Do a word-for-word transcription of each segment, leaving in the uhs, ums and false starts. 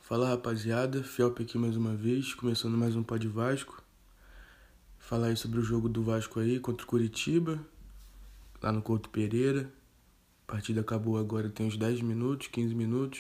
Fala rapaziada, Felpe aqui mais uma vez, começando mais um Pod Vasco. Falar aí sobre o jogo do Vasco aí contra o Curitiba, lá no Couto Pereira. A partida acabou agora, tem uns dez minutos, quinze minutos.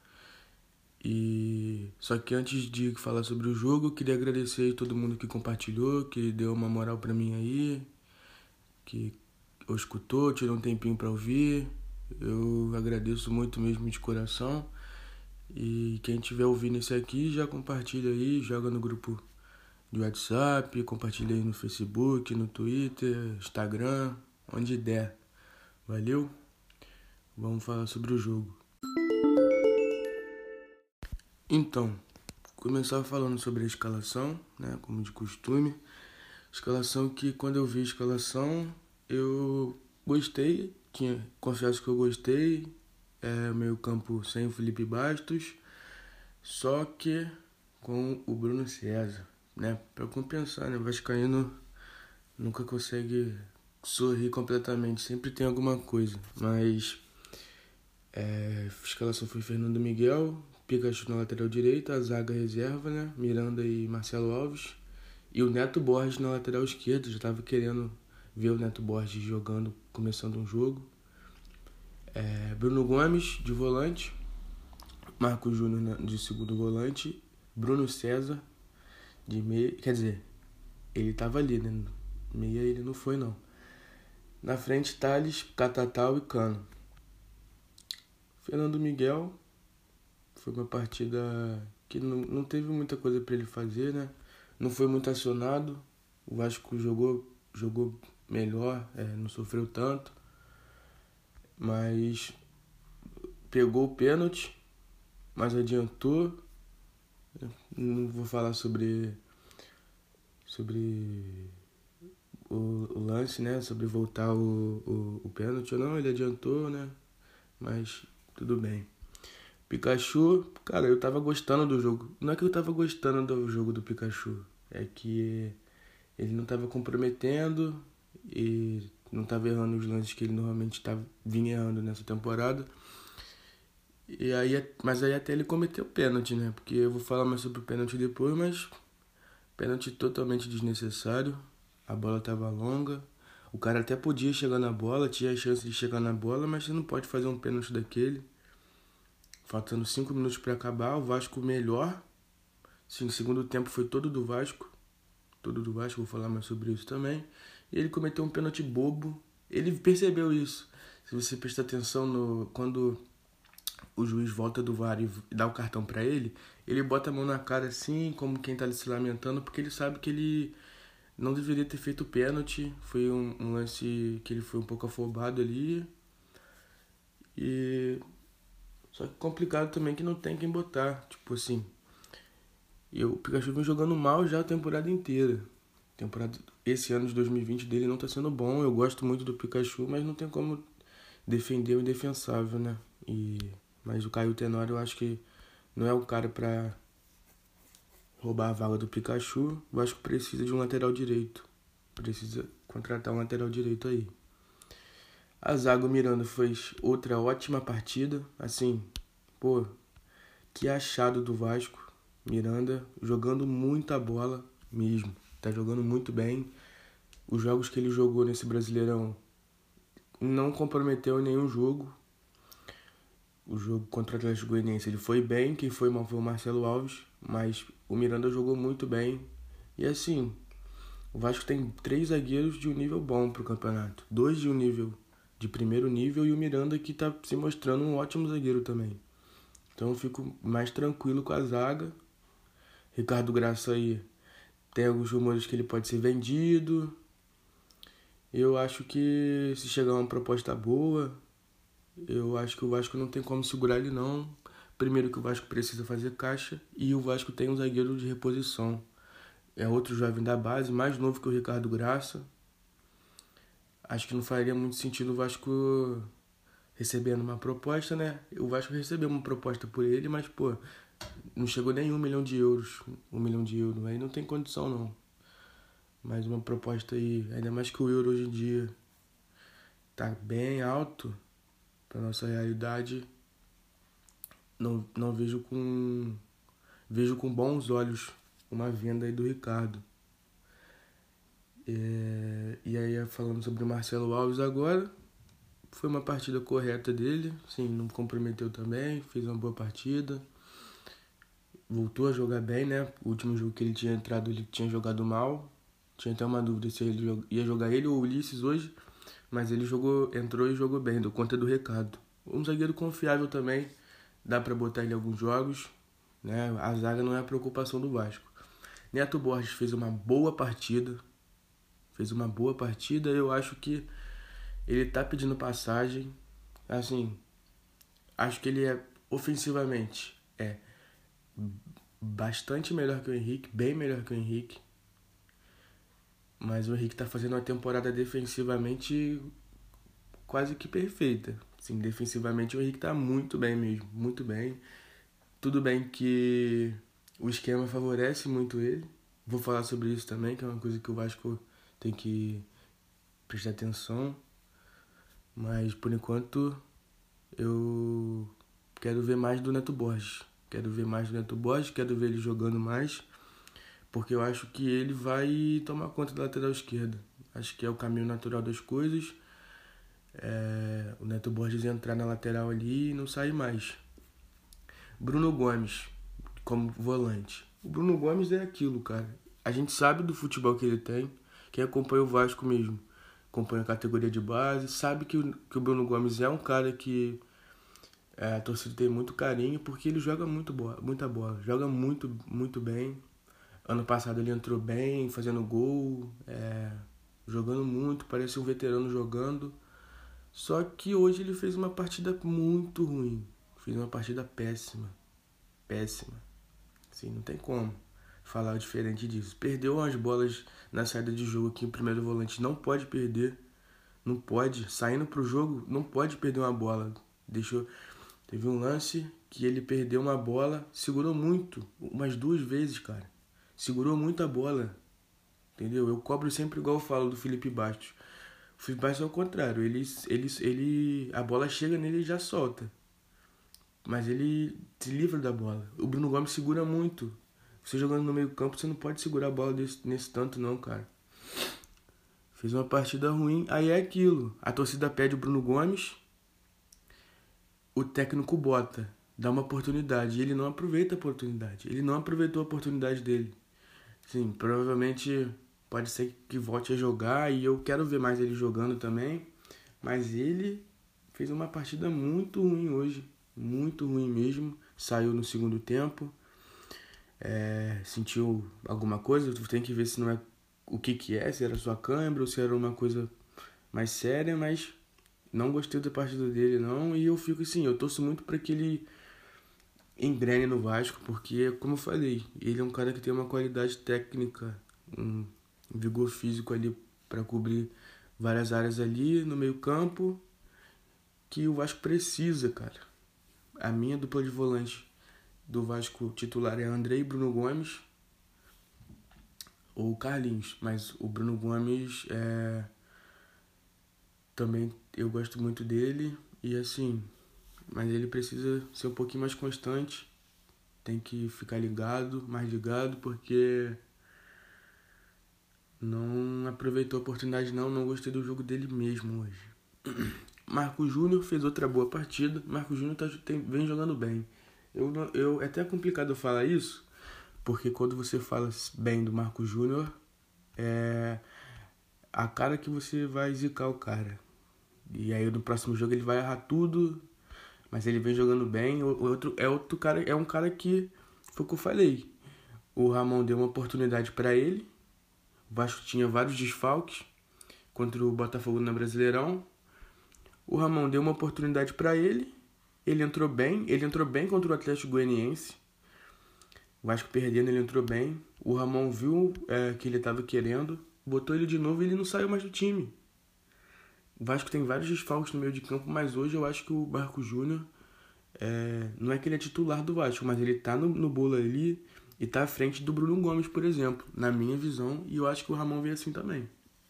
E só que antes de falar sobre o jogo, eu queria agradecer a todo mundo que compartilhou, que deu uma moral pra mim aí, que eu escutou, tirou um tempinho pra ouvir. Eu agradeço muito mesmo de coração. E quem estiver ouvindo isso aqui, já compartilha aí, joga no grupo de WhatsApp, compartilha aí no Facebook, no Twitter, Instagram, onde der. Valeu? Vamos falar sobre o jogo. Então, começar falando sobre a escalação, né, como de costume. Escalação que quando eu vi a escalação, eu gostei, tinha, confesso que eu gostei. É, meio campo sem o Felipe Bastos, só que com o Bruno César, né? Pra compensar, né? O vascaíno nunca consegue sorrir completamente, sempre tem alguma coisa. Mas é, a escalação foi Fernando Miguel, Pikachu na lateral direita, a zaga reserva, né? Miranda e Marcelo Alves. E o Neto Borges na lateral esquerda, já tava querendo ver o Neto Borges jogando, começando um jogo. É, Bruno Gomes de volante, Marcos Júnior de segundo volante, Bruno César de meia, quer dizer, ele tava ali, né? Meia ele não foi não. Na frente, Thales, Catatal e Cano. Fernando Miguel foi uma partida que não, não teve muita coisa para ele fazer, né? Não foi muito acionado. O Vasco jogou, jogou melhor, é, não sofreu tanto. Mas pegou o pênalti, mas adiantou. Não vou falar sobre sobre o, o lance, né? Sobre voltar o, o, o pênalti ou não. Ele adiantou, né? Mas tudo bem. Pikachu, cara, eu tava gostando do jogo. Não é que eu tava gostando do jogo do Pikachu. É que ele não tava comprometendo e não tava errando os lances que ele normalmente tava, vinha errando nessa temporada. E aí, mas aí até ele cometeu pênalti, né? Porque eu vou falar mais sobre o pênalti depois, mas pênalti totalmente desnecessário. A bola tava longa. O cara até podia chegar na bola, tinha a chance de chegar na bola, mas você não pode fazer um pênalti daquele. Faltando cinco minutos para acabar, o Vasco melhor. Sim, o segundo tempo foi todo do Vasco. Todo do Vasco, vou falar mais sobre isso também. E ele cometeu um pênalti bobo. Ele percebeu isso. Se você prestar atenção no quando o juiz volta do V A R e dá o cartão para ele, ele bota a mão na cara assim, como quem tá se lamentando, porque ele sabe que ele não deveria ter feito o pênalti. Foi um, um lance que ele foi um pouco afobado ali. E só que complicado também que não tem quem botar. Tipo assim, eu, o Pikachu vem jogando mal já a temporada inteira. Temporada, esse ano de dois mil e vinte dele não tá sendo bom. Eu gosto muito do Pikachu, mas não tem como defender o indefensável, né? E, mas o Caio Tenório eu acho que não é o cara pra roubar a vaga do Pikachu. Eu acho que precisa de um lateral direito. Precisa contratar um lateral direito aí. A zaga, o Miranda fez outra ótima partida. Assim, pô, que achado do Vasco. Miranda jogando muita bola mesmo. Tá jogando muito bem. Os jogos que ele jogou nesse Brasileirão não comprometeu em nenhum jogo. O jogo contra o Atlético Goianiense ele foi bem, quem foi mal foi o Marcelo Alves, mas o Miranda jogou muito bem. E assim, o Vasco tem três zagueiros de um nível bom pro campeonato. Dois de um nível de primeiro nível e o Miranda que tá se mostrando um ótimo zagueiro também. Então eu fico mais tranquilo com a zaga. Ricardo Graça aí tem alguns rumores que ele pode ser vendido. Eu acho que se chegar uma proposta boa, eu acho que o Vasco não tem como segurar ele não. Primeiro que o Vasco precisa fazer caixa e o Vasco tem um zagueiro de reposição. É outro jovem da base, mais novo que o Ricardo Graça. Acho que não faria muito sentido o Vasco recebendo uma proposta, né? O Vasco recebeu uma proposta por ele, mas, pô, não chegou nem um milhão de euros. Um milhão de euros, aí não tem condição não. Mais uma proposta aí, ainda mais que o euro hoje em dia tá bem alto para nossa realidade. Não, não vejo com vejo com bons olhos uma venda aí do Ricardo. É, e aí, falando sobre o Marcelo Alves agora, foi uma partida correta dele, sim, não comprometeu também, fez uma boa partida, voltou a jogar bem, né? O último jogo que ele tinha entrado, ele tinha jogado mal, tinha até uma dúvida se ele ia jogar ele ou o Ulisses hoje, mas ele jogou, entrou e jogou bem, deu conta do recado. Um zagueiro confiável também, dá pra botar ele em alguns jogos, né? A zaga não é a preocupação do Vasco. Neto Borges fez uma boa partida, fez uma boa partida, eu acho que ele tá pedindo passagem, assim, acho que ele é, ofensivamente, é bastante melhor que o Henrique, bem melhor que o Henrique, mas o Henrique tá fazendo uma temporada defensivamente quase que perfeita. Sim, defensivamente o Henrique tá muito bem mesmo, muito bem. Tudo bem que o esquema favorece muito ele, vou falar sobre isso também, que é uma coisa que o Vasco tem que prestar atenção. Mas, por enquanto, eu quero ver mais do Neto Borges. Quero ver mais do Neto Borges, quero ver ele jogando mais, porque eu acho que ele vai tomar conta da lateral esquerda. Acho que é o caminho natural das coisas. É, o Neto Borges entrar na lateral ali e não sair mais. Bruno Gomes, como volante. O Bruno Gomes é aquilo, cara. A gente sabe do futebol que ele tem. Quem acompanha o Vasco mesmo, acompanha a categoria de base, sabe que o, que o Bruno Gomes é um cara que é, a torcida tem muito carinho, porque ele joga muito boa, muita bola, joga muito, muito bem. Ano passado ele entrou bem, fazendo gol, é, jogando muito, parecia um veterano jogando. Só que hoje ele fez uma partida muito ruim, fez uma partida péssima, péssima. Assim, não tem como falar diferente disso. Perdeu umas bolas na saída de jogo que o primeiro volante não pode perder. Não pode. Saindo pro jogo, não pode perder uma bola. Deixou... Teve um lance que ele perdeu uma bola, segurou muito, umas duas vezes, cara. Segurou muito a bola. Entendeu? Eu cobro sempre igual eu falo do Felipe Bastos. O Felipe Bastos é o contrário. Ele, ele, ele, a bola chega nele e já solta. Mas ele se livra da bola. O Bruno Gomes segura muito. Você jogando no meio campo, você não pode segurar a bola desse, nesse tanto não, cara. Fez uma partida ruim. Aí é aquilo. A torcida pede o Bruno Gomes. O técnico bota. Dá uma oportunidade. E ele não aproveita a oportunidade. Ele não aproveitou a oportunidade dele. Sim, provavelmente pode ser que volte a jogar. E eu quero ver mais ele jogando também. Mas ele fez uma partida muito ruim hoje. Muito ruim mesmo. Saiu no segundo tempo. É, sentiu alguma coisa? Tem que ver se não é o que que é, se era sua câimbra ou se era uma coisa mais séria, mas não gostei da partida dele não, e eu fico assim, eu torço muito para que ele engrene no Vasco, porque como eu falei, ele é um cara que tem uma qualidade técnica, um vigor físico ali para cobrir várias áreas ali no meio campo, que o Vasco precisa, cara. A minha dupla de volante do Vasco titular é Andrei e Bruno Gomes ou Carlinhos, mas o Bruno Gomes é... também eu gosto muito dele e assim, mas ele precisa ser um pouquinho mais constante, tem que ficar ligado, mais ligado, porque não aproveitou a oportunidade não, não gostei do jogo dele mesmo hoje. Marco Júnior fez outra boa partida, Marco Júnior tá, tem, vem jogando bem. Eu, eu, é até complicado eu falar isso, porque quando você fala bem do Marco Júnior, é a cara que você vai zicar o cara. E aí no próximo jogo ele vai errar tudo, mas ele vem jogando bem. O outro, é outro cara, é um cara que, foi o que eu falei, o Ramon deu uma oportunidade para ele, o Vasco tinha vários desfalques contra o Botafogo no Brasileirão. O Ramon deu uma oportunidade para ele, ele entrou bem, ele entrou bem contra o Atlético Goianiense. O Vasco perdendo, ele entrou bem. O Ramon viu é, que ele estava querendo, botou ele de novo e ele não saiu mais do time. O Vasco tem vários desfalques no meio de campo, mas hoje eu acho que o Marco Júnior, é, não é que ele é titular do Vasco, mas ele tá no, no bolo ali e tá à frente do Bruno Gomes, por exemplo, na minha visão, e eu acho que o Ramon veio assim também.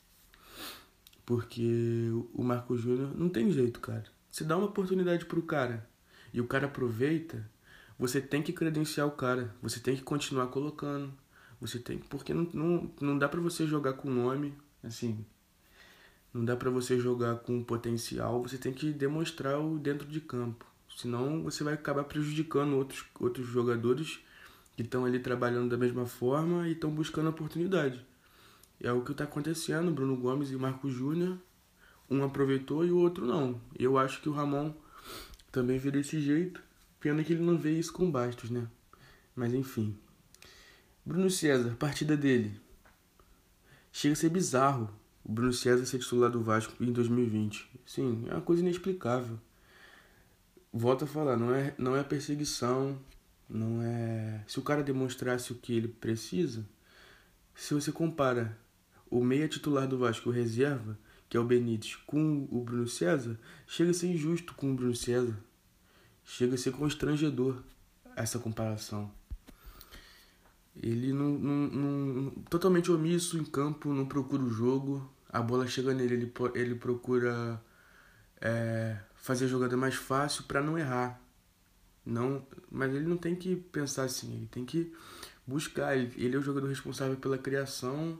Porque o Marco Júnior não tem jeito, cara. Se dá uma oportunidade pro cara e o cara aproveita, você tem que credenciar o cara, você tem que continuar colocando, você tem porque não, não, não dá pra você jogar com nome, assim, não dá pra você jogar com potencial, você tem que demonstrar o dentro de campo, senão você vai acabar prejudicando outros, outros jogadores que estão ali trabalhando da mesma forma e estão buscando oportunidade. É o que está acontecendo, Bruno Gomes e Marco Júnior, um aproveitou e o outro não. Eu acho que o Ramon também vira desse jeito, pena que ele não vê isso com Bastos, né? Mas enfim. Bruno César, partida dele. Chega a ser bizarro o Bruno César ser titular do Vasco em dois mil e vinte. Sim, é uma coisa inexplicável. Volto a falar, não é, não é perseguição, não é... Se o cara demonstrasse o que ele precisa, se você compara o meia titular do Vasco, o reserva, que é o Benítez, com o Bruno César, chega a ser injusto com o Bruno César. Chega a ser constrangedor essa comparação. Ele não, não, não totalmente omisso em campo, não procura o jogo, a bola chega nele, ele, ele procura é, fazer a jogada mais fácil para não errar. Não, mas ele não tem que pensar assim, ele tem que buscar. Ele, ele é o jogador responsável pela criação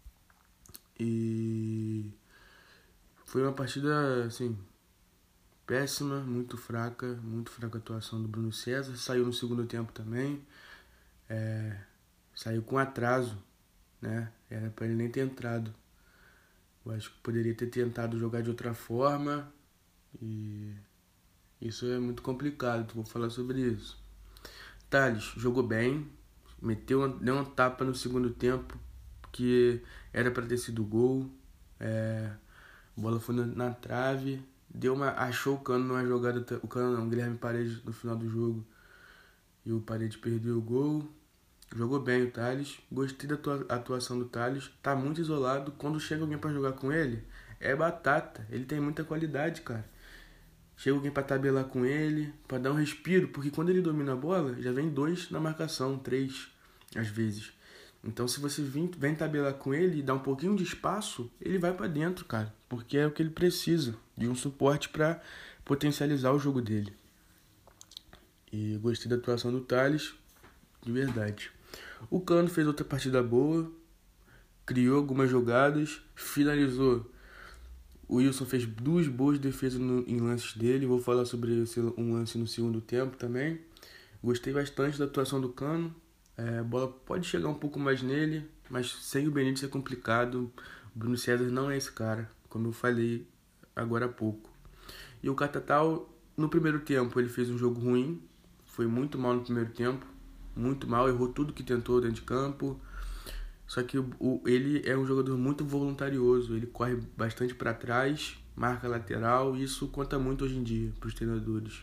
e foi uma partida assim péssima, muito fraca, muito fraca a atuação do Bruno César. Saiu no segundo tempo também, é, saiu com atraso, né? Era para ele nem ter entrado. Eu acho que poderia ter tentado jogar de outra forma e isso é muito complicado. Vou falar sobre isso. Thales jogou bem, meteu, deu uma tapa no segundo tempo que era para ter sido gol. É, a bola foi na, na trave, deu uma, achou o Cano numa jogada, o Cano não, o Guilherme Paredes no final do jogo e o Paredes perdeu o gol. Jogou bem o Thales, gostei da atuação do Thales, tá muito isolado, quando chega alguém para jogar com ele, é batata, ele tem muita qualidade, cara. Chega alguém pra tabelar com ele, pra dar um respiro, porque quando ele domina a bola, já vem dois na marcação, três, às vezes. Então se você vem, vem tabelar com ele e dá um pouquinho de espaço, ele vai pra dentro, cara. Porque é o que ele precisa, de um suporte pra potencializar o jogo dele. E gostei da atuação do Thales, de verdade. O Cano fez outra partida boa, criou algumas jogadas, finalizou. O Wilson fez duas boas defesas no, em lances dele. Vou falar sobre esse, um lance no segundo tempo também. Gostei bastante da atuação do Cano. É, a bola pode chegar um pouco mais nele, mas sem o Benítez é complicado. O Bruno César não é esse cara, como eu falei agora há pouco. E o Catatal, no primeiro tempo, ele fez um jogo ruim. Foi muito mal no primeiro tempo. Muito mal, errou tudo que tentou dentro de campo. Só que o, o, ele é um jogador muito voluntarioso, ele corre bastante para trás, marca lateral, e isso conta muito hoje em dia para os treinadores.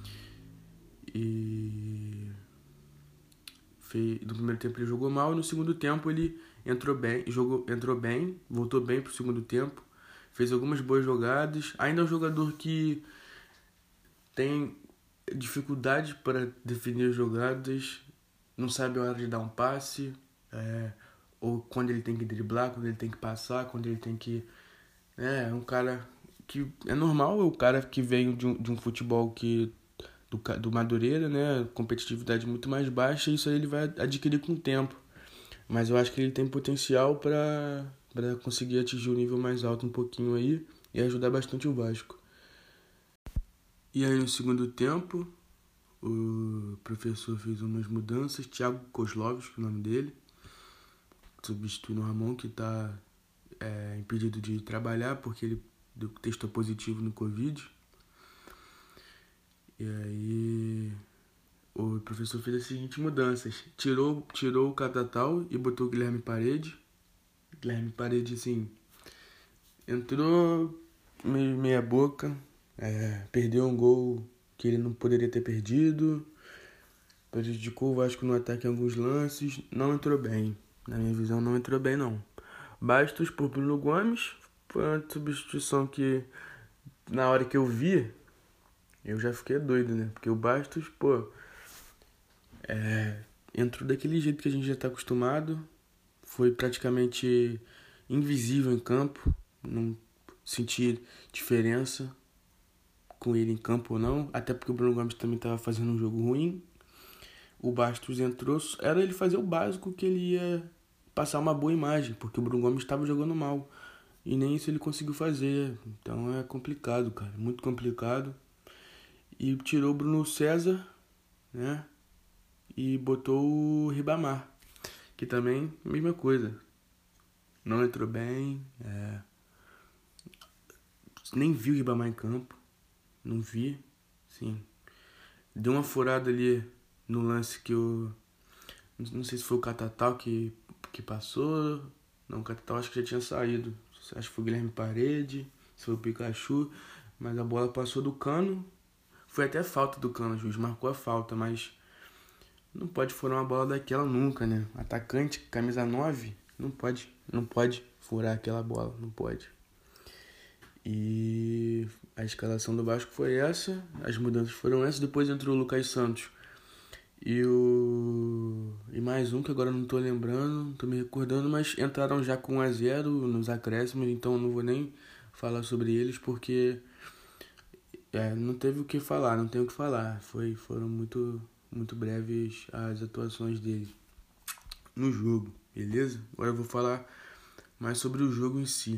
E fez, no primeiro tempo ele jogou mal, e no segundo tempo ele entrou bem, jogou, entrou bem, voltou bem para o segundo tempo, fez algumas boas jogadas. Ainda é um jogador que tem dificuldade para definir jogadas, não sabe a hora de dar um passe, é, ou quando ele tem que driblar, quando ele tem que passar, quando ele tem que... É, um cara que... É normal, é o cara que veio de um, de um futebol que... Do, do Madureira, né? Competitividade muito mais baixa, e isso aí ele vai adquirir com o tempo. Mas eu acho que ele tem potencial para para conseguir atingir o nível mais alto um pouquinho aí e ajudar bastante o Vasco. E aí no segundo tempo, o professor fez umas mudanças. Thiago Kozlovski, o nome dele, substituindo o Ramon, que está é, impedido de trabalhar porque ele testou positivo no Covid. E aí o professor fez as seguintes mudanças. Tirou, tirou o Catatal e botou o Guilherme Paredes. Guilherme Paredes, assim, entrou meio meia boca, é, perdeu um gol que ele não poderia ter perdido, prejudicou o Vasco no ataque em alguns lances, não entrou bem. Na minha visão, não entrou bem, não. Bastos por Bruno Gomes foi uma substituição que, na hora que eu vi, eu já fiquei doido, né? Porque o Bastos, pô, é, entrou daquele jeito que a gente já tá acostumado, foi praticamente invisível em campo, não senti diferença com ele em campo ou não, até porque o Bruno Gomes também estava fazendo um jogo ruim. o Bastos entrou, era ele fazer o básico que ele ia passar uma boa imagem, porque o Bruno Gomes estava jogando mal. E nem isso ele conseguiu fazer. Então é complicado, cara. Muito complicado. E tirou o Bruno César, né? E botou o Ribamar, que também, mesma coisa. Não entrou bem. É... Nem vi o Ribamar em campo. Não vi. Sim. Deu uma furada ali no lance que eu... Não sei se foi o Catatal que, que passou. Não, o Catatal acho que já tinha saído. Acho que foi o Guilherme Parede, se foi o Pikachu. Mas a bola passou do Cano. Foi até falta do Cano, o juiz marcou a falta, mas não pode furar uma bola daquela nunca, né? Atacante, camisa nove, não pode, não pode furar aquela bola, não pode. E a escalação do Vasco foi essa, as mudanças foram essas, depois entrou o Lucas Santos e o e mais um que agora não tô lembrando, não tô me recordando, mas entraram já com um a zero nos acréscimos, então não vou nem falar sobre eles porque é, não teve o que falar, não tem o que falar. Foi, foram muito, muito breves as atuações deles no jogo, beleza? Agora eu vou falar mais sobre o jogo em si.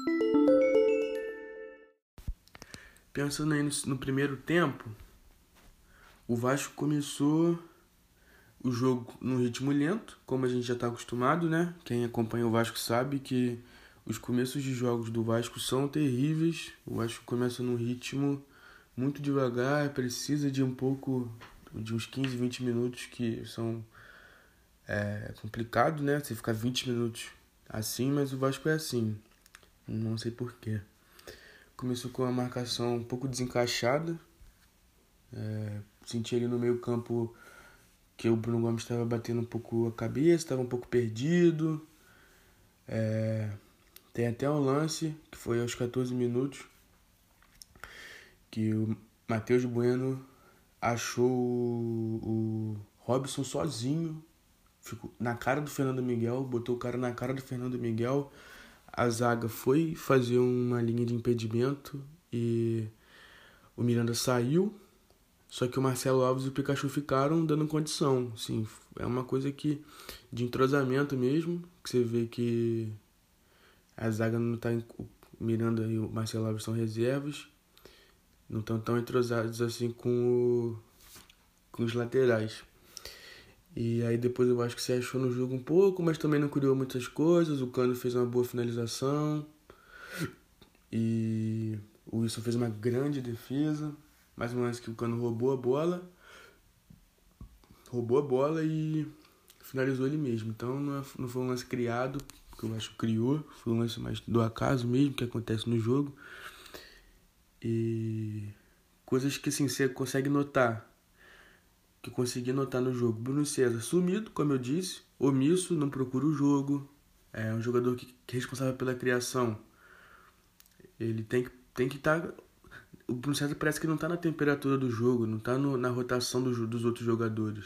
Pensando aí no, no primeiro tempo, o Vasco começou o jogo num ritmo lento, como a gente já está acostumado, né? Quem acompanha o Vasco sabe que os começos de jogos do Vasco são terríveis. O Vasco começa num ritmo muito devagar, precisa de um pouco, de uns quinze, vinte minutos que são é, complicado, né? Você ficar vinte minutos assim, mas o Vasco é assim, não sei porquê. Começou com uma marcação um pouco desencaixada, é, senti ali no meio campo que o Bruno Gomes estava batendo um pouco a cabeça, estava um pouco perdido. É, tem até um lance que foi aos catorze minutos, que o Matheus Bueno achou o, o Robson sozinho, ficou na cara do Fernando Miguel, botou o cara na cara do Fernando Miguel, a zaga foi fazer uma linha de impedimento e o Miranda saiu, só que o Marcelo Alves e o Pikachu ficaram dando condição, assim, é uma coisa que de entrosamento mesmo, que você vê que a zaga não tá, o Miranda e o Marcelo Alves são reservas, não estão tão entrosados assim com, o, com os laterais. E aí depois eu acho que se achou no jogo um pouco, mas também não criou muitas coisas. O Cano fez uma boa finalização. E o Wilson fez uma grande defesa. Mais uma vez que o Cano roubou a bola. Roubou a bola e finalizou ele mesmo. Então não foi um lance criado, porque eu acho que criou. Foi um lance mais do acaso mesmo, que acontece no jogo. E coisas que assim, você consegue notar, que eu consegui notar no jogo. Bruno César sumido, como eu disse, omisso, não procura o jogo, é um jogador que, que é responsável pela criação. Ele tem que tem que estar... Tá, o Bruno César parece que não está na temperatura do jogo, não está na rotação do, dos outros jogadores.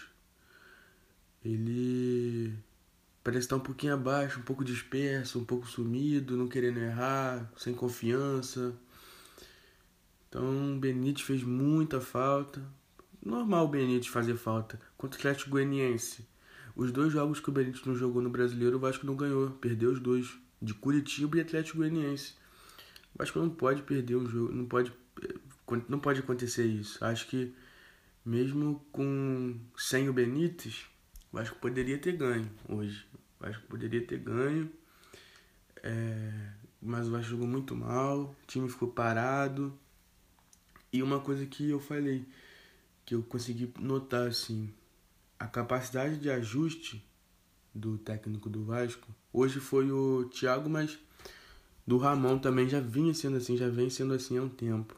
Ele parece estar um pouquinho abaixo, um pouco disperso, um pouco sumido, não querendo errar, sem confiança. Então o Benítez fez muita falta. Normal o Benítez fazer falta. Contra o Atlético Goianiense, os dois jogos que o Benítez não jogou no Brasileiro, o Vasco não ganhou. Perdeu os dois, de Curitiba e Atlético Goianiense. O Vasco não pode perder um jogo, não pode, não pode acontecer isso. Acho que mesmo com sem o Benítez, o Vasco poderia ter ganho hoje. O Vasco poderia ter ganho, é, mas o Vasco jogou muito mal, o time ficou parado. E uma coisa que eu falei, que eu consegui notar, assim, a capacidade de ajuste do técnico do Vasco, hoje foi o Thiago, mas do Ramon também já vinha sendo assim, já vem sendo assim há um tempo.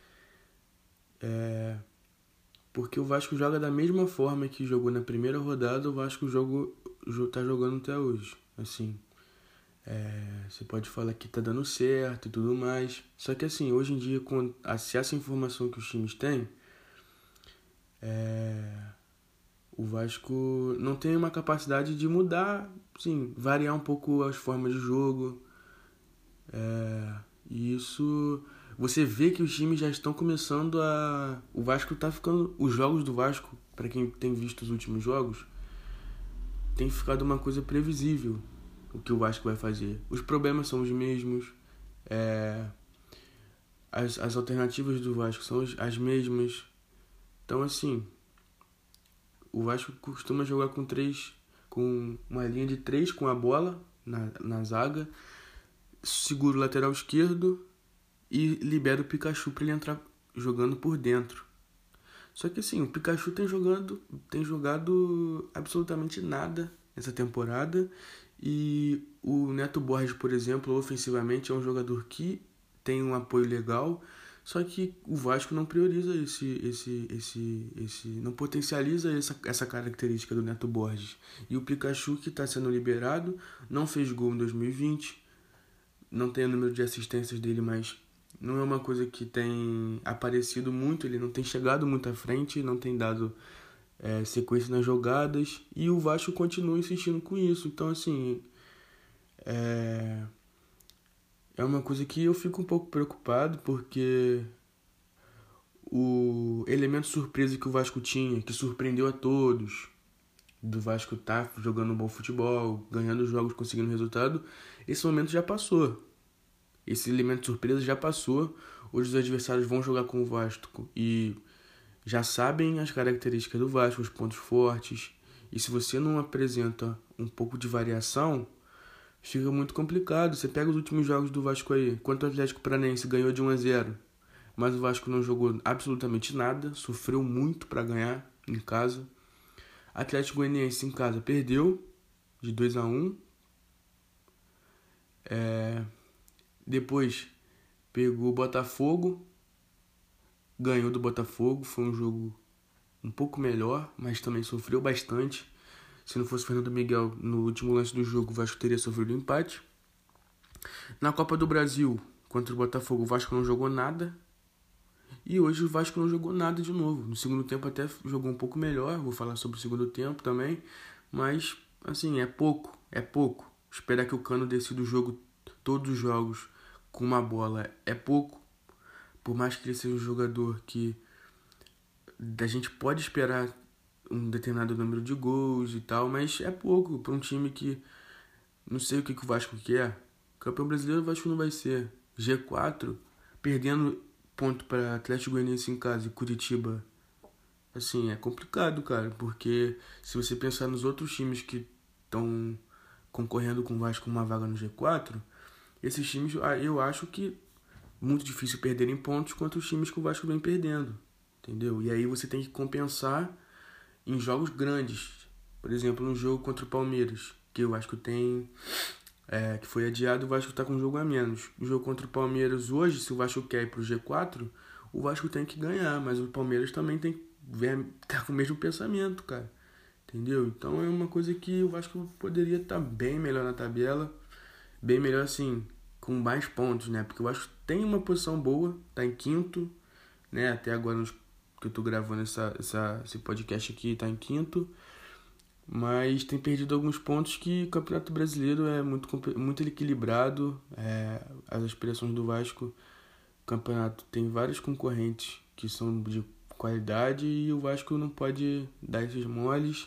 É, porque o Vasco joga da mesma forma que jogou na primeira rodada, o Vasco jogou, tá jogando até hoje, assim. É, você pode falar que tá dando certo e tudo mais, só que assim, hoje em dia, com acesso à informação que os times têm, é, o Vasco não tem uma capacidade de mudar, sim, variar um pouco as formas de jogo, é, e isso você vê que os times já estão começando a... O Vasco tá ficando... Os jogos do Vasco pra quem tem visto os últimos jogos, tem ficado uma coisa previsível o que o Vasco vai fazer. Os problemas são os mesmos, é, as, as alternativas do Vasco são as mesmas. Então, assim, o Vasco costuma jogar com três, com uma linha de três com a bola na, na zaga, segura o lateral esquerdo e libera o Pikachu para ele entrar jogando por dentro. Só que assim, o Pikachu tem jogado, tem jogado absolutamente nada essa temporada, e o Neto Borges, por exemplo, ofensivamente é um jogador que tem um apoio legal, só que o Vasco não prioriza esse, esse, esse, esse não potencializa essa, essa característica do Neto Borges. E o Pikachu, que está sendo liberado, não fez gol em dois mil e vinte, não tem o número de assistências dele, mas não é uma coisa que tem aparecido muito, ele não tem chegado muito à frente, não tem dado é, sequência nas jogadas, e o Vasco continua insistindo com isso. Então, assim, é, é uma coisa que eu fico um pouco preocupado, porque o elemento surpresa que o Vasco tinha, que surpreendeu a todos, do Vasco tá jogando um bom futebol, ganhando jogos, conseguindo resultado, esse momento já passou. Esse elemento de surpresa já passou. Hoje os adversários vão jogar com o Vasco e já sabem as características do Vasco, os pontos fortes. E se você não apresenta um pouco de variação, fica muito complicado. Você pega os últimos jogos do Vasco aí. Quanto o Atlético Paranaense ganhou de um a zero, mas o Vasco não jogou absolutamente nada, sofreu muito para ganhar em casa. Atlético Goianiense em casa perdeu de dois a um. É... Depois pegou o Botafogo, ganhou do Botafogo, foi um jogo um pouco melhor, mas também sofreu bastante. Se não fosse o Fernando Miguel no último lance do jogo, o Vasco teria sofrido um empate. Na Copa do Brasil, contra o Botafogo, o Vasco não jogou nada. E hoje o Vasco não jogou nada de novo. No segundo tempo até jogou um pouco melhor, vou falar sobre o segundo tempo também. Mas, assim, é pouco, é pouco. Esperar que o Cano decida o jogo, todos os jogos, com uma bola é pouco. Por mais que ele seja um jogador que a gente pode esperar um determinado número de gols e tal, mas é pouco para um time que não sei o que, que o Vasco quer. Campeão brasileiro o Vasco não vai ser. G quatro, perdendo ponto para Atlético Goianiense em casa e Curitiba. Assim, é complicado, cara, porque se você pensar nos outros times que estão concorrendo com o Vasco uma vaga no G quatro, esses times, eu acho que muito difícil perderem pontos contra os times que o Vasco vem perdendo, entendeu? E aí você tem que compensar em jogos grandes. Por exemplo, no jogo contra o Palmeiras, que o Vasco tem, é, que foi adiado, o Vasco está com um jogo a menos. O jogo contra o Palmeiras hoje, se o Vasco quer ir pro G quatro, o Vasco tem que ganhar, mas o Palmeiras também tem que tá com o mesmo pensamento, cara. Entendeu? Então é uma coisa que o Vasco poderia estar tá bem melhor na tabela, bem melhor assim, com mais pontos, né? Porque o Vasco tem uma posição boa, tá em quinto, né? Até agora nos, que eu tô gravando essa, essa, esse podcast aqui, tá em quinto, mas tem perdido alguns pontos que o Campeonato Brasileiro é muito, muito equilibrado, é, as aspirações do Vasco, o campeonato tem vários concorrentes que são de qualidade e o Vasco não pode dar esses moles.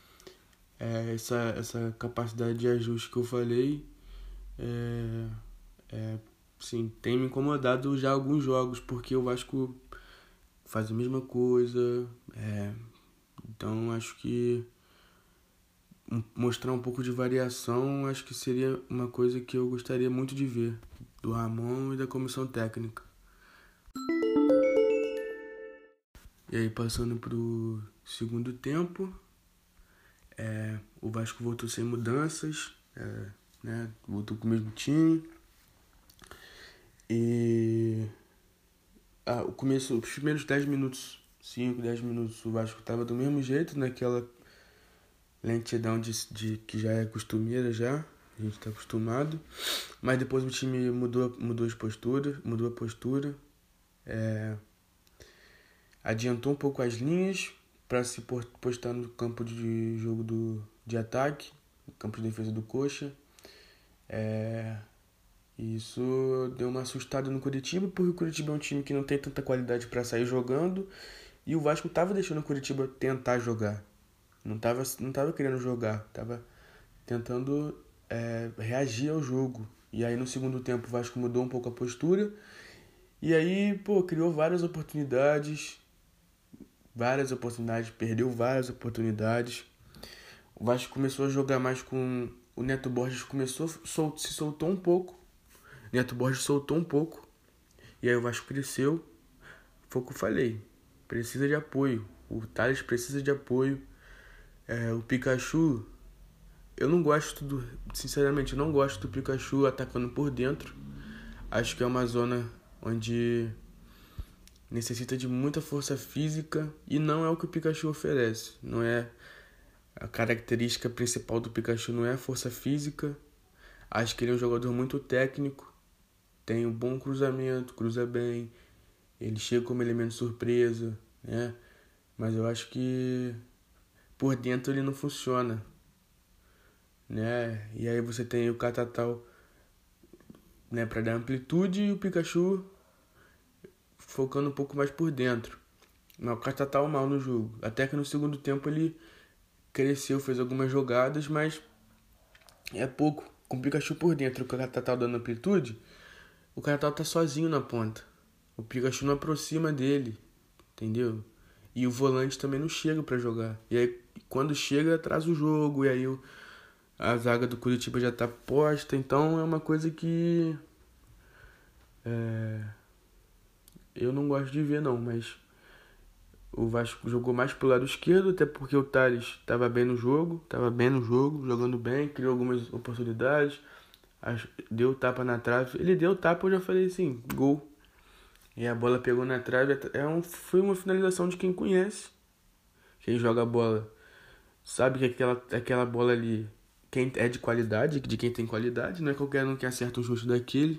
É, essa, essa capacidade de ajuste que eu falei é, é, sim, tem me incomodado já alguns jogos, porque o Vasco faz a mesma coisa, é, então acho que mostrar um pouco de variação acho que seria uma coisa que eu gostaria muito de ver do Ramon e da comissão técnica. E aí, passando pro segundo tempo, é, o Vasco voltou sem mudanças, é, né, voltou com o mesmo time. E ah, o começo, os primeiros dez minutos, cinco, dez minutos, o Vasco estava do mesmo jeito, naquela lentidão de, de, que já é costumeira já, a gente está acostumado. Mas depois o time mudou, mudou as posturas, mudou a postura. É, adiantou um pouco as linhas para se postar no campo de jogo do, de ataque, no campo de defesa do Coxa. É, isso deu uma assustada no Curitiba, porque o Curitiba é um time que não tem tanta qualidade para sair jogando, E o Vasco tava deixando o Curitiba tentar jogar. Não tava, não tava querendo jogar, tava tentando é, reagir ao jogo. E aí no segundo tempo o Vasco mudou um pouco a postura. E aí, pô, criou várias oportunidades. Várias oportunidades, perdeu várias oportunidades. O Vasco começou a jogar mais com... O Neto Borges começou, sol, se soltou um pouco. O Neto Borges soltou um pouco. E aí o Vasco cresceu. Foi o que eu falei. Precisa de apoio. O Thales precisa de apoio. É, o Pikachu... Eu não gosto do... Sinceramente, eu não gosto do Pikachu atacando por dentro. Acho que é uma zona onde necessita de muita força física. E não é o que o Pikachu oferece. Não é... A característica principal do Pikachu não é a força física. Acho que ele é um jogador muito técnico. Tem um bom cruzamento, cruza bem. Ele chega como elemento surpresa, né? Mas eu acho que por dentro ele não funciona, né? E aí você tem o Catatal, né, para dar amplitude, e o Pikachu focando um pouco mais por dentro. Mas o Catatal mal no jogo. Até que no segundo tempo ele cresceu, fez algumas jogadas, mas é pouco. Com o Pikachu por dentro, o Catatal dando amplitude, o Catatal tá sozinho na ponta. O Pikachu não aproxima dele, entendeu? E o volante também não chega pra jogar. E aí, quando chega, atrasa o jogo. E aí, o, a zaga do Curitiba já tá posta. Então, é uma coisa que... É, eu não gosto de ver, não. Mas o Vasco jogou mais pro lado esquerdo. Até porque o Thales tava bem no jogo. Tava bem no jogo, jogando bem. Criou algumas oportunidades. Deu tapa na trave. Ele deu tapa, eu já falei assim, gol. E a bola pegou na trave. É um, foi uma finalização de quem conhece. Quem joga a bola sabe que aquela, aquela bola ali quem é de qualidade, de quem tem qualidade. Não é qualquer um que acerta um chute daquele.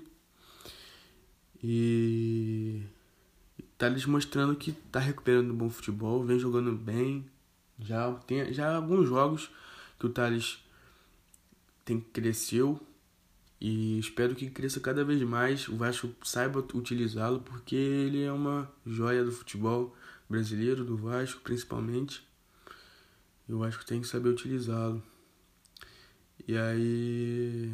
E tá lhes mostrando que tá recuperando um bom futebol. Vem jogando bem. Já tem já alguns jogos que o Thales tem, cresceu. E espero que cresça cada vez mais. O Vasco saiba utilizá-lo, porque ele é uma joia do futebol brasileiro, do Vasco principalmente. E o Vasco tem que saber utilizá-lo. E aí,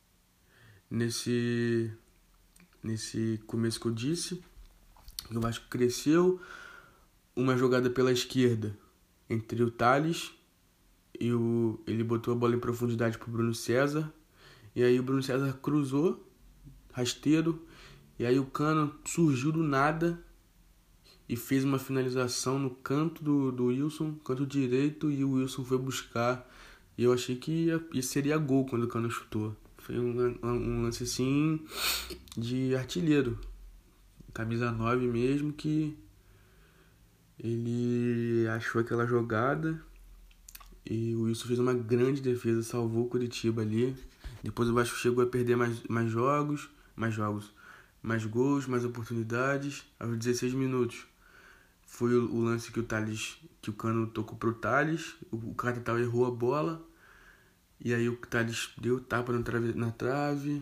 nesse, nesse começo que eu disse, o Vasco cresceu. Uma jogada pela esquerda entre o Thales e o, ele botou a bola em profundidade pro Bruno César. E aí o Bruno César cruzou, rasteiro, e aí o Cano surgiu do nada e fez uma finalização no canto do, do Wilson, canto direito, e o Wilson foi buscar. E eu achei que ia, ia seria gol quando o Cano chutou. Foi um, um lance assim de artilheiro, camisa nove mesmo, que ele achou aquela jogada e o Wilson fez uma grande defesa, salvou o Curitiba ali. Depois o Vasco chegou a perder mais, mais jogos, mais jogos, mais gols, mais oportunidades. Aos dezesseis minutos foi o, o lance que o Thales, que o Cano tocou pro Thales, o, o Catatal errou a bola, e aí o Thales deu tapa na trave, na trave.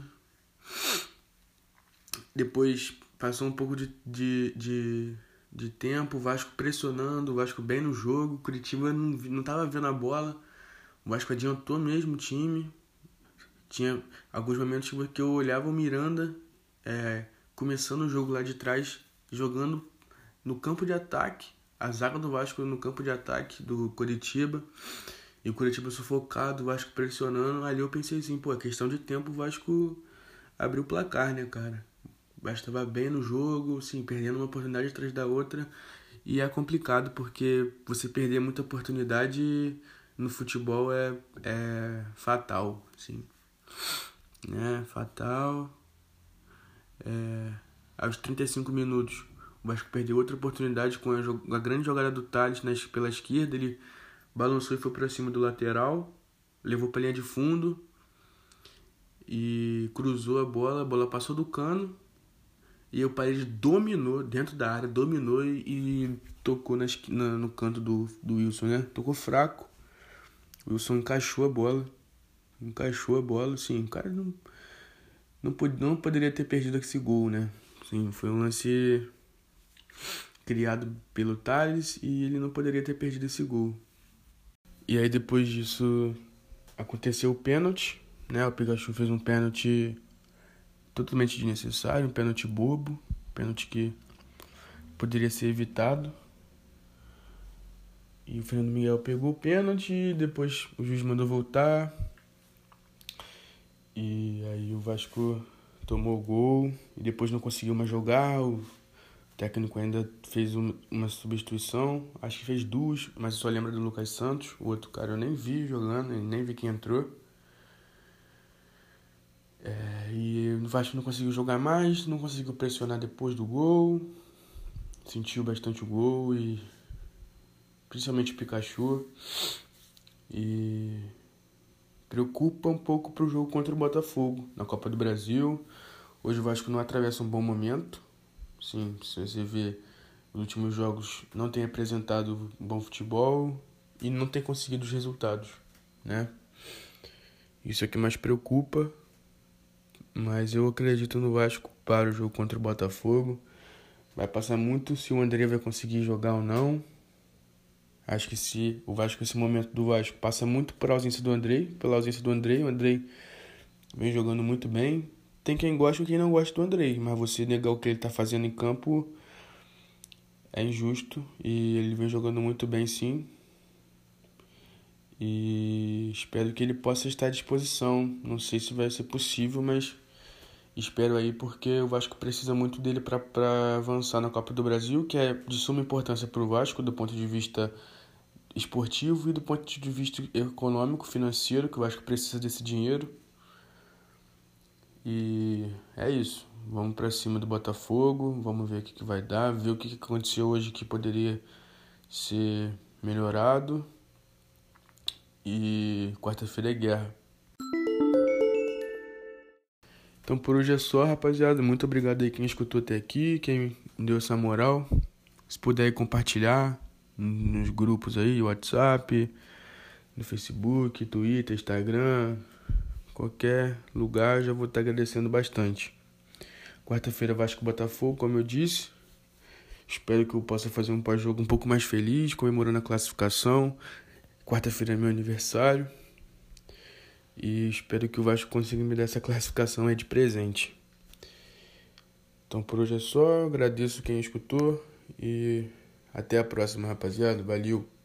Depois passou um pouco de, de, de, de tempo, o Vasco pressionando, o Vasco bem no jogo, o Curitiba não, não tava vendo a bola, o Vasco adiantou mesmo o time. Tinha alguns momentos que eu olhava o Miranda é, começando o jogo lá de trás, jogando no campo de ataque, a zaga do Vasco no campo de ataque do Curitiba, e o Curitiba sufocado, o Vasco pressionando. Ali eu pensei assim, pô, é questão de tempo o Vasco abriu o placar, né, cara? O Vasco estava bem no jogo, assim, perdendo uma oportunidade atrás da outra, e é complicado porque você perder muita oportunidade no futebol é, é fatal, assim. Né, fatal. É, aos trinta e cinco minutos o Vasco perdeu outra oportunidade com a, a grande jogada do Thales na, pela esquerda. Ele balançou e foi para cima do lateral, levou para linha de fundo e cruzou a bola. A bola passou do Cano e o Paredes dominou dentro da área, dominou e, e tocou na, na, no canto do, do Wilson, né? Tocou fraco. O Wilson encaixou a bola. Encaixou a bola, sim. O cara não, não, pod, não poderia ter perdido esse gol, né? Sim, foi um lance criado pelo Thales e ele não poderia ter perdido esse gol. E aí depois disso aconteceu o pênalti, né? O Pikachu fez um pênalti totalmente desnecessário, um pênalti bobo, um pênalti que poderia ser evitado. E o Fernando Miguel pegou o pênalti, depois o juiz mandou voltar. E aí o Vasco tomou o gol e depois não conseguiu mais jogar. O técnico ainda fez uma substituição, acho que fez duas, mas eu só lembro do Lucas Santos. O outro cara eu nem vi jogando, nem vi quem entrou. É, e o Vasco não conseguiu jogar mais, não conseguiu pressionar depois do gol. Sentiu bastante o gol e principalmente o Pikachu. E preocupa um pouco pro jogo contra o Botafogo na Copa do Brasil. Hoje o Vasco não atravessa um bom momento. Sim, se você ver os últimos jogos, não tem apresentado bom futebol e não tem conseguido os resultados, né? Isso é o que mais preocupa, mas eu acredito no Vasco para o jogo contra o Botafogo. Vai passar muito se o André vai conseguir jogar ou não. Acho que se o Vasco, esse momento do Vasco, passa muito por ausência do André, pela ausência do André. O André vem jogando muito bem. Tem quem gosta e quem não gosta do André, mas você negar o que ele tá fazendo em campo é injusto. E ele vem jogando muito bem, sim. E espero que ele possa estar à disposição. Não sei se vai ser possível, mas espero aí, porque o Vasco precisa muito dele para avançar na Copa do Brasil, que é de suma importância para o Vasco do ponto de vista esportivo e do ponto de vista econômico, financeiro, que o Vasco precisa desse dinheiro. E é isso. Vamos para cima do Botafogo, vamos ver o que, que vai dar, ver o que, que aconteceu hoje que poderia ser melhorado. E quarta-feira é guerra. Então por hoje é só, rapaziada. Muito obrigado aí quem escutou até aqui, quem deu essa moral. Se puder aí compartilhar nos grupos aí, WhatsApp, no Facebook, Twitter, Instagram, qualquer lugar, já vou estar agradecendo bastante. Quarta-feira Vasco Botafogo, como eu disse. Espero que eu possa fazer um pós-jogo um pouco mais feliz, comemorando a classificação. Quarta-feira é meu aniversário. E espero que o Vasco consiga me dar essa classificação aí de presente. Então por hoje é só, agradeço quem escutou e até a próxima, rapaziada. Valeu!